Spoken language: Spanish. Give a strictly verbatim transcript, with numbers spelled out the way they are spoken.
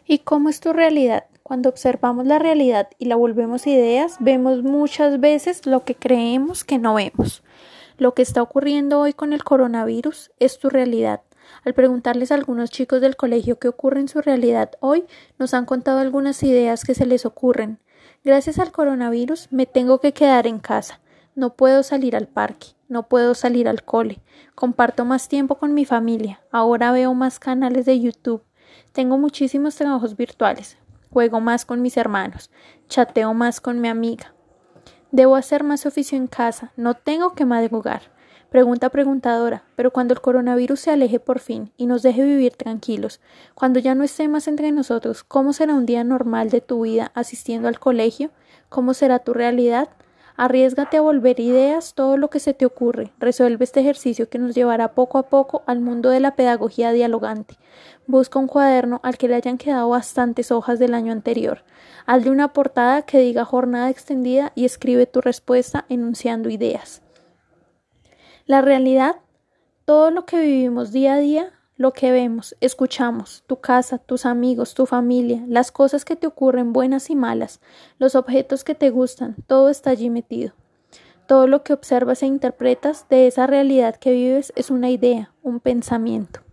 ¿Y cómo es tu realidad? Cuando observamos la realidad y la volvemos ideas, vemos muchas veces lo que creemos que no vemos. Lo que está ocurriendo hoy con el coronavirus es tu realidad. Al preguntarles a algunos chicos del colegio qué ocurre en su realidad hoy, nos han contado algunas ideas que se les ocurren. Gracias al coronavirus me tengo que quedar en casa. No puedo salir al parque, no puedo salir al cole. Comparto más tiempo con mi familia. Ahora veo más canales de YouTube. Tengo muchísimos trabajos virtuales. Juego más con mis hermanos. Chateo más con mi amiga. Debo hacer más oficio en casa. No tengo que madrugar. Pregunta preguntadora, pero cuando el coronavirus se aleje por fin y nos deje vivir tranquilos, cuando ya no esté más entre nosotros, ¿cómo será un día normal de tu vida asistiendo al colegio? ¿Cómo será tu realidad? Arriésgate a volver ideas todo lo que se te ocurre. Resuelve este ejercicio que nos llevará poco a poco al mundo de la pedagogía dialogante. Busca un cuaderno al que le hayan quedado bastantes hojas del año anterior. Hazle una portada que diga jornada extendida y escribe tu respuesta enunciando ideas. La realidad, todo lo que vivimos día a día, lo que vemos, escuchamos, tu casa, tus amigos, tu familia, las cosas que te ocurren buenas y malas, los objetos que te gustan, todo está allí metido. Todo lo que observas e interpretas de esa realidad que vives es una idea, un pensamiento.